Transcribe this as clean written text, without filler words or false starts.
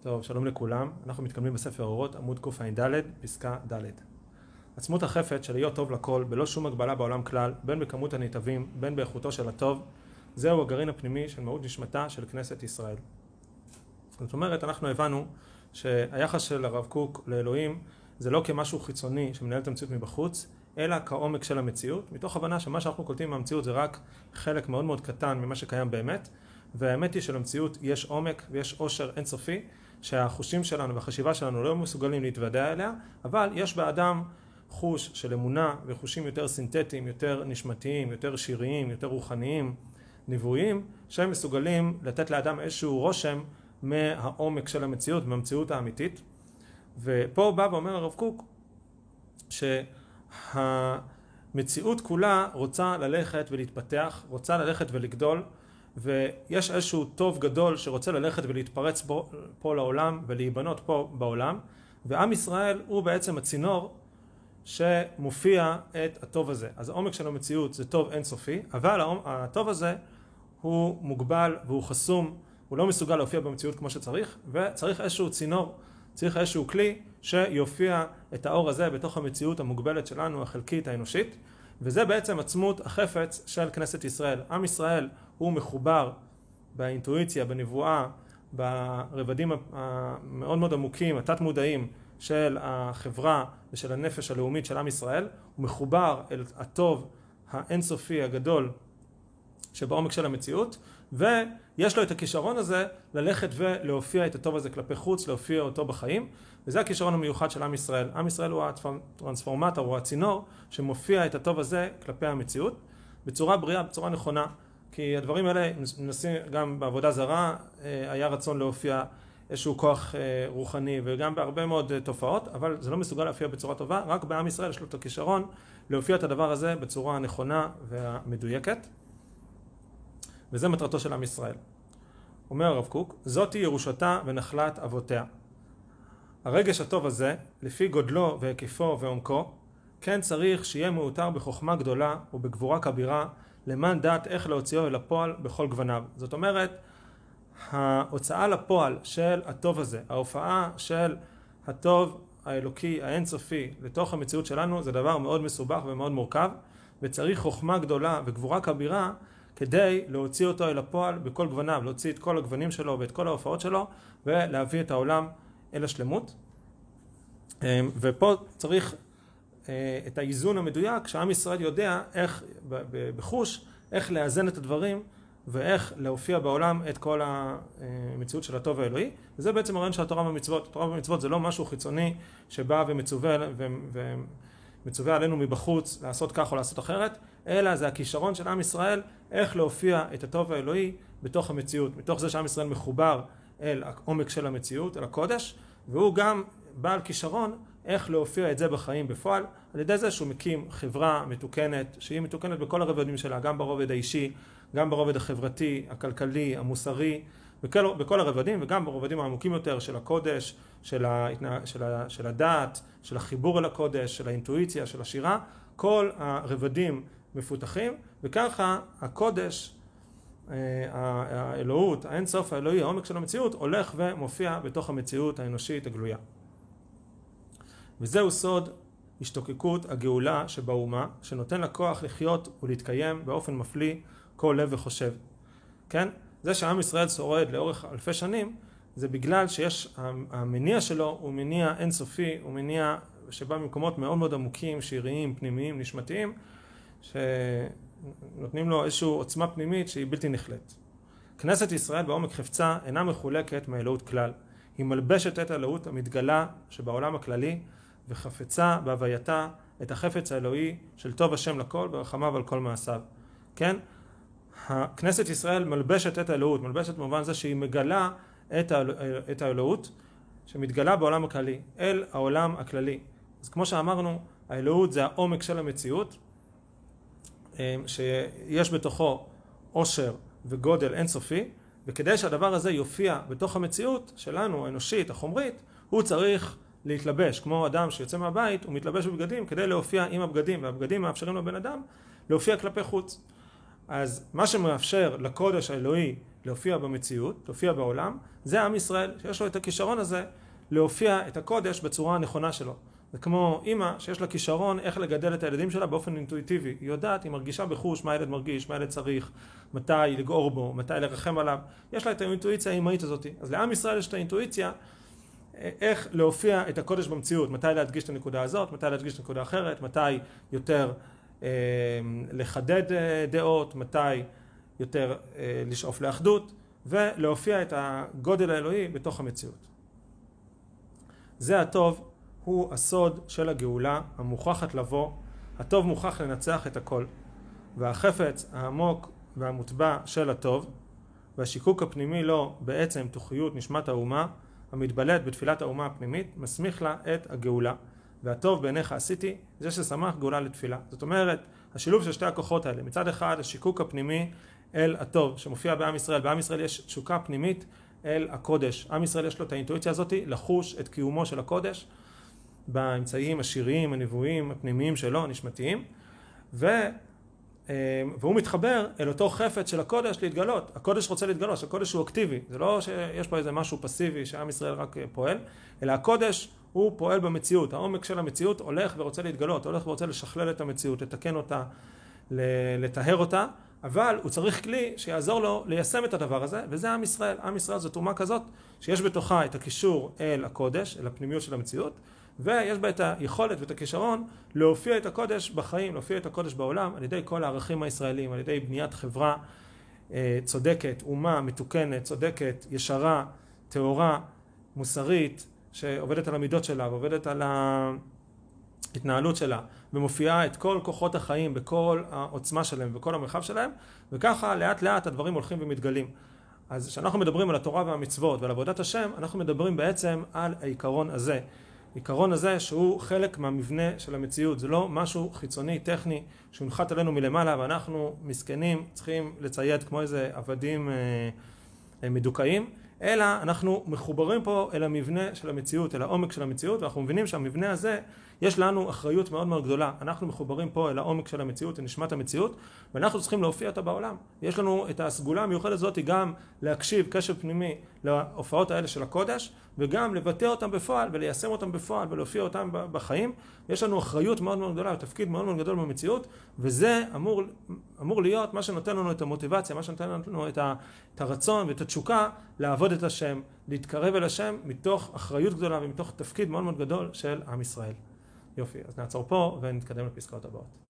טוב, שלום לכולם. אנחנו מתקדמים בספר אורות, עמוד קע"ד, פסקה ד'. עצמות החפץ של להיות טוב לכל, בלא שום הגבלה בעולם כלל, בין בכמות הנתעבים, בין באיכותו של הטוב, זהו הגרעין הפנימי של מהות נשמתה של כנסת ישראל. זאת אומרת, אנחנו הבנו שהיחס של הרב קוק לאלוהים זה לא כמשהו חיצוני שמנהל את המציאות מבחוץ, אלא כעומק של המציאות, מתוך הבנה שמה שאנחנו קולטים מהמציאות זה רק חלק מאוד מאוד קטן ממה שקיים באמת, והאמת היא שלמציאות יש עומק ויש עושר אינסופי, שהחושים שלנו והחשיבה שלנו לא מסוגלים להתוודע אליה, אבל יש באדם חוש של אמונה וחושים יותר סינתטיים, יותר נשמתיים, יותר שיריים, יותר רוחניים, נבואיים, שהם מסוגלים לתת לאדם איזשהו רושם מהעומק של המציאות, מהמציאות האמיתית. ופה בא ואומר הרב קוק שהמציאות כולה רוצה ללכת ולהתפתח, רוצה ללכת ולגדול, ויש איזשהו טוב גדול שרוצה ללכת ולהתפרץ פה לעולם ולהיבנות פה בעולם, ועם ישראל הוא בעצם הצינור שמופיע את הטוב הזה. אז העומק של המציאות זה טוב אינסופי, אבל הטוב הזה הוא מוגבל והוא חסום, הוא לא מסוגל להופיע במציאות כמו שצריך, וצריך איזשהו צינור, צריך איזשהו כלי שיופיע את האור הזה בתוך המציאות המוגבלת שלנו, החלקית, האנושית, וזה בעצם עצמות החפץ של כנסת ישראל. עם ישראל הוא מחובר באינטואיציה, בנבואה, ברבדים המאוד מאוד עמוקים, התת מודעים של החברה ושל הנפש הלאומית של עם ישראל, הוא מחובר אל הטוב האינסופי הגדול שבעומק של המציאות, ויש לו את הכישרון הזה ללכת ולהופיע את הטוב הזה כלפי חוץ, להופיע אותו בחיים, וזה הכישרון המיוחד של עם ישראל. עם ישראל הוא הטרנספורמטור, הוא הצינור שמופיע את הטוב הזה כלפי המציאות, בצורה בריאה, בצורה נכונה, כי הדברים האלה מנסים גם בעבודה זרה, היה רצון להופיע איזשהו כוח רוחני, וגם בהרבה מאוד תופעות, אבל זה לא מסוגל להופיע בצורה טובה, רק בעם ישראל יש לו את הכישרון להופיע את הדבר הזה בצורה הנכונה והמדויקת. וזה מטרתו של עם ישראל. אומר הרב קוק, זאת היא ירושתה ונחלת אבותיה. הרגש הטוב הזה, לפי גודלו והיקפו ועומקו, כן צריך שיהיה מאותר בחוכמה גדולה ובגבורה כבירה, למען דעת איך להוציאו אל הפועל בכל גווניו. זאת אומרת, ההוצאה לפועל של הטוב הזה, ההופעה של הטוב האלוקי, האינסופי, לתוך המציאות שלנו, זה דבר מאוד מסובך ומאוד מורכב, וצריך חוכמה גדולה וגבורה כבירה, כדי להוציא אותו אל הפועל בכל גווניו, להוציא את כל הגוונים שלו ואת כל ההופעות שלו, ולהביא את העולם אל השלמות. ופה צריך את האיזון המדויק, שהעם ישראל יודע איך, בחוש, איך לאזן את הדברים, ואיך להופיע בעולם את כל המציאות של הטוב האלוהי. וזה בעצם הרעיון של התורה במצוות. התורה במצוות זה לא משהו חיצוני שבא ומצווה עלינו מבחוץ לעשות כך או לעשות אחרת, אלא זה הכישרון של עם ישראל, איך להופיע את הטוב האלוהי בתוך המציאות. מתוך זה שעם ישראל מחובר אל העומק של המציאות, אל הקודש, והוא גם בעל כישרון איך להופיע את זה בחיים בפועל, על ידי זה שהוא מקים חברה מתוקנת, שהיא מתוקנת בכל הרבדים שלה, גם ברובד האישי, גם ברובד החברתי, הכלכלי, המוסרי, בכל הרבדים, וגם ברובדים העמוקים יותר של הקודש, של הדעת, של החיבור אל הקודש, של האינטואיציה, של השירה, כל הרבדים מפותחים, וככה הקודש, האלוהות, האינסוף האלוהי, העומק של המציאות, הולך ומופיע בתוך המציאות האנושית הגלויה. וזהו סוד השתוקקות הגאולה שבאומה, שנותן לכוח לחיות ולהתקיים באופן מפליא כל לב וחושב. כן? זה שעם ישראל שורד לאורך אלפי שנים, זה בגלל שיש, המניע שלו הוא מניע אינסופי, הוא מניע שבא ממקומות מאוד מאוד עמוקים, שיריים, פנימיים, נשמתיים, שנותנים לו איזושהי עוצמה פנימית שהיא בלתי נחלט. כנסת ישראל בעומק חפצה אינה מחולקת מהאלוהות כלל. היא מלבשת את האלוהות המתגלה שבעולם הכללי, וחפצה בהווייתה את החפץ האלוהי של טוב השם לכל ברחמיו על כל מעשיו. כן? כנסת ישראל מלבשת את האלוהות, מלבשת במובן זה שהיא מגלה את האלוהות שמתגלה בעולם הכללי, אל העולם הכללי. אז כמו שאמרנו, האלוהות זה העומק של המציאות, שיש בתוכו עושר וגודל אינסופי, וכדי שהדבר הזה יופיע בתוך המציאות שלנו, האנושית, החומרית, הוא צריך להתלבש, כמו אדם שיוצא מהבית, הוא מתלבש בבגדים כדי להופיע עם הבגדים, והבגדים מאפשרים לבן אדם להופיע כלפי חוץ. אז מה שמאפשר לקודש האלוהי להופיע במציאות, להופיע בעולם, זה עם ישראל שיש לו את הכישרון הזה להופיע את הקודש בצורה הנכונה שלו. זה כמו אמא שיש לה כישרון איך לגדל את הילדים שלה באופן אינטואיטיבי. היא יודעת, היא מרגישה בחוש מה הילד מרגיש, מה הילד צריך, מתי לגעור בו, מתי לרחם עליו. יש לה את האינטואיציה האמהית הזאת. אז לעם ישראל יש את האינטואיציה איך להופיע את הקודש במציאות, מתי להדגיש את הנקודה הזאת, מתי להדגיש את הנקודה אחרת, מתי יותר לחדד דעות, מתי יותר לשאוף לאחדות, ולהופיע את הגודל האלוהי בתוך המציאות. זה הטוב, הוא הסוד של הגאולה המוכחת לבוא. הטוב מוכח לנצח את הכל, והחפץ העמוק והמוטבע של הטוב והשיקוק הפנימי לו בעצם תוכיות נשמת האומה המתבלט בתפילת האומה הפנימית מסמיך לה את הגאולה. והטוב בעיניך עשיתי, זה ששמח גאולה לתפילה. זאת אומרת, השילוב של שתי הכוחות האלה, מצד אחד השיקוק הפנימי אל הטוב שמופיע בעם ישראל. בעם ישראל יש תשוקה פנימית אל הקודש. עם ישראל יש לו את האינטואיציה הזאת לחוש את קיומו של הקודש באמצעים השיריים, הנבואיים, הפנימיים שלו, הנשמתיים, והוא מתחבר אל אותו חפץ של הקודש להתגלות. הקודש רוצה להתגלות, הקודש הוא אקטיבי, זה לא שיש פה איזה משהו פסיבי שעם ישראל רק פועל, אלא הקודש הוא פועל במציאות, העומק של המציאות הולך ורוצה להתגלות, הולך ורוצה לשכלל את המציאות, לתקן אותה, לטהר אותה, אבל הוא צריך כלי שיעזור לו ליישם את הדבר הזה, וזה עם ישראל. עם ישראל זאת אומה כזאת שיש בתוכה את הקישור אל הקודש, אל הפנימיות של המציאות, ויש בה את היכולת ואת הכישרון להופיע את הקודש בחיים, להופיע את הקודש בעולם, על ידי כל הערכים הישראליים, על ידי בניית חברה צודקת, אומה מתוקנת, צודקת, ישרה, טהורה, מוסרית, שעובדת על המידות שלה, ועובדת על ההתנהלות שלה, ומופיעה את כל כוחות החיים בכל העוצמה שלהם, בכל המרחב שלהם, וככה לאט לאט הדברים הולכים ומתגלים. אז כשאנחנו מדברים על התורה והמצוות ועל עבודת השם, אנחנו מדברים בעצם על העיקרון הזה. העיקרון הזה שהוא חלק מהמבנה של המציאות, זה לא משהו חיצוני, טכני, שהונחת עלינו מלמעלה, ואנחנו מסכנים, צריכים לציית כמו איזה עבדים מדוכאים, אלא אנחנו מחוברים פה אל המבנה של המציאות, אל העומק של המציאות, ואנחנו מבינים שהמבנה הזה, יש לנו אחריות מאוד מאוד גדולה. אנחנו מחוברים פה אל העומק של המציאות, אל נשמת המציאות, ואנחנו צריכים להופיע אותה בעולם. יש לנו את הסגולה המיוחדת הזאת גם להקשיב קשב פנימי להופעות האלה של הקודש, וגם לבטא אותם בפועל וליישם אותם בפועל ולהופיע אותם בחיים. יש לנו אחריות מאוד מאוד גדולה, תפקיד מאוד מאוד גדול במציאות, וזה אמור להיות מה שנותן לנו את המוטיבציה, מה שנותן לנו את הרצון ואת התשוקה לעבוד את השם, להתקרב אל השם מתוך אחריות גדולה ומתוך תפקיד מאוד מאוד גדול של עם ישראל. יופי, אז נעצור פה ונתקדם לפסקאות הבאות.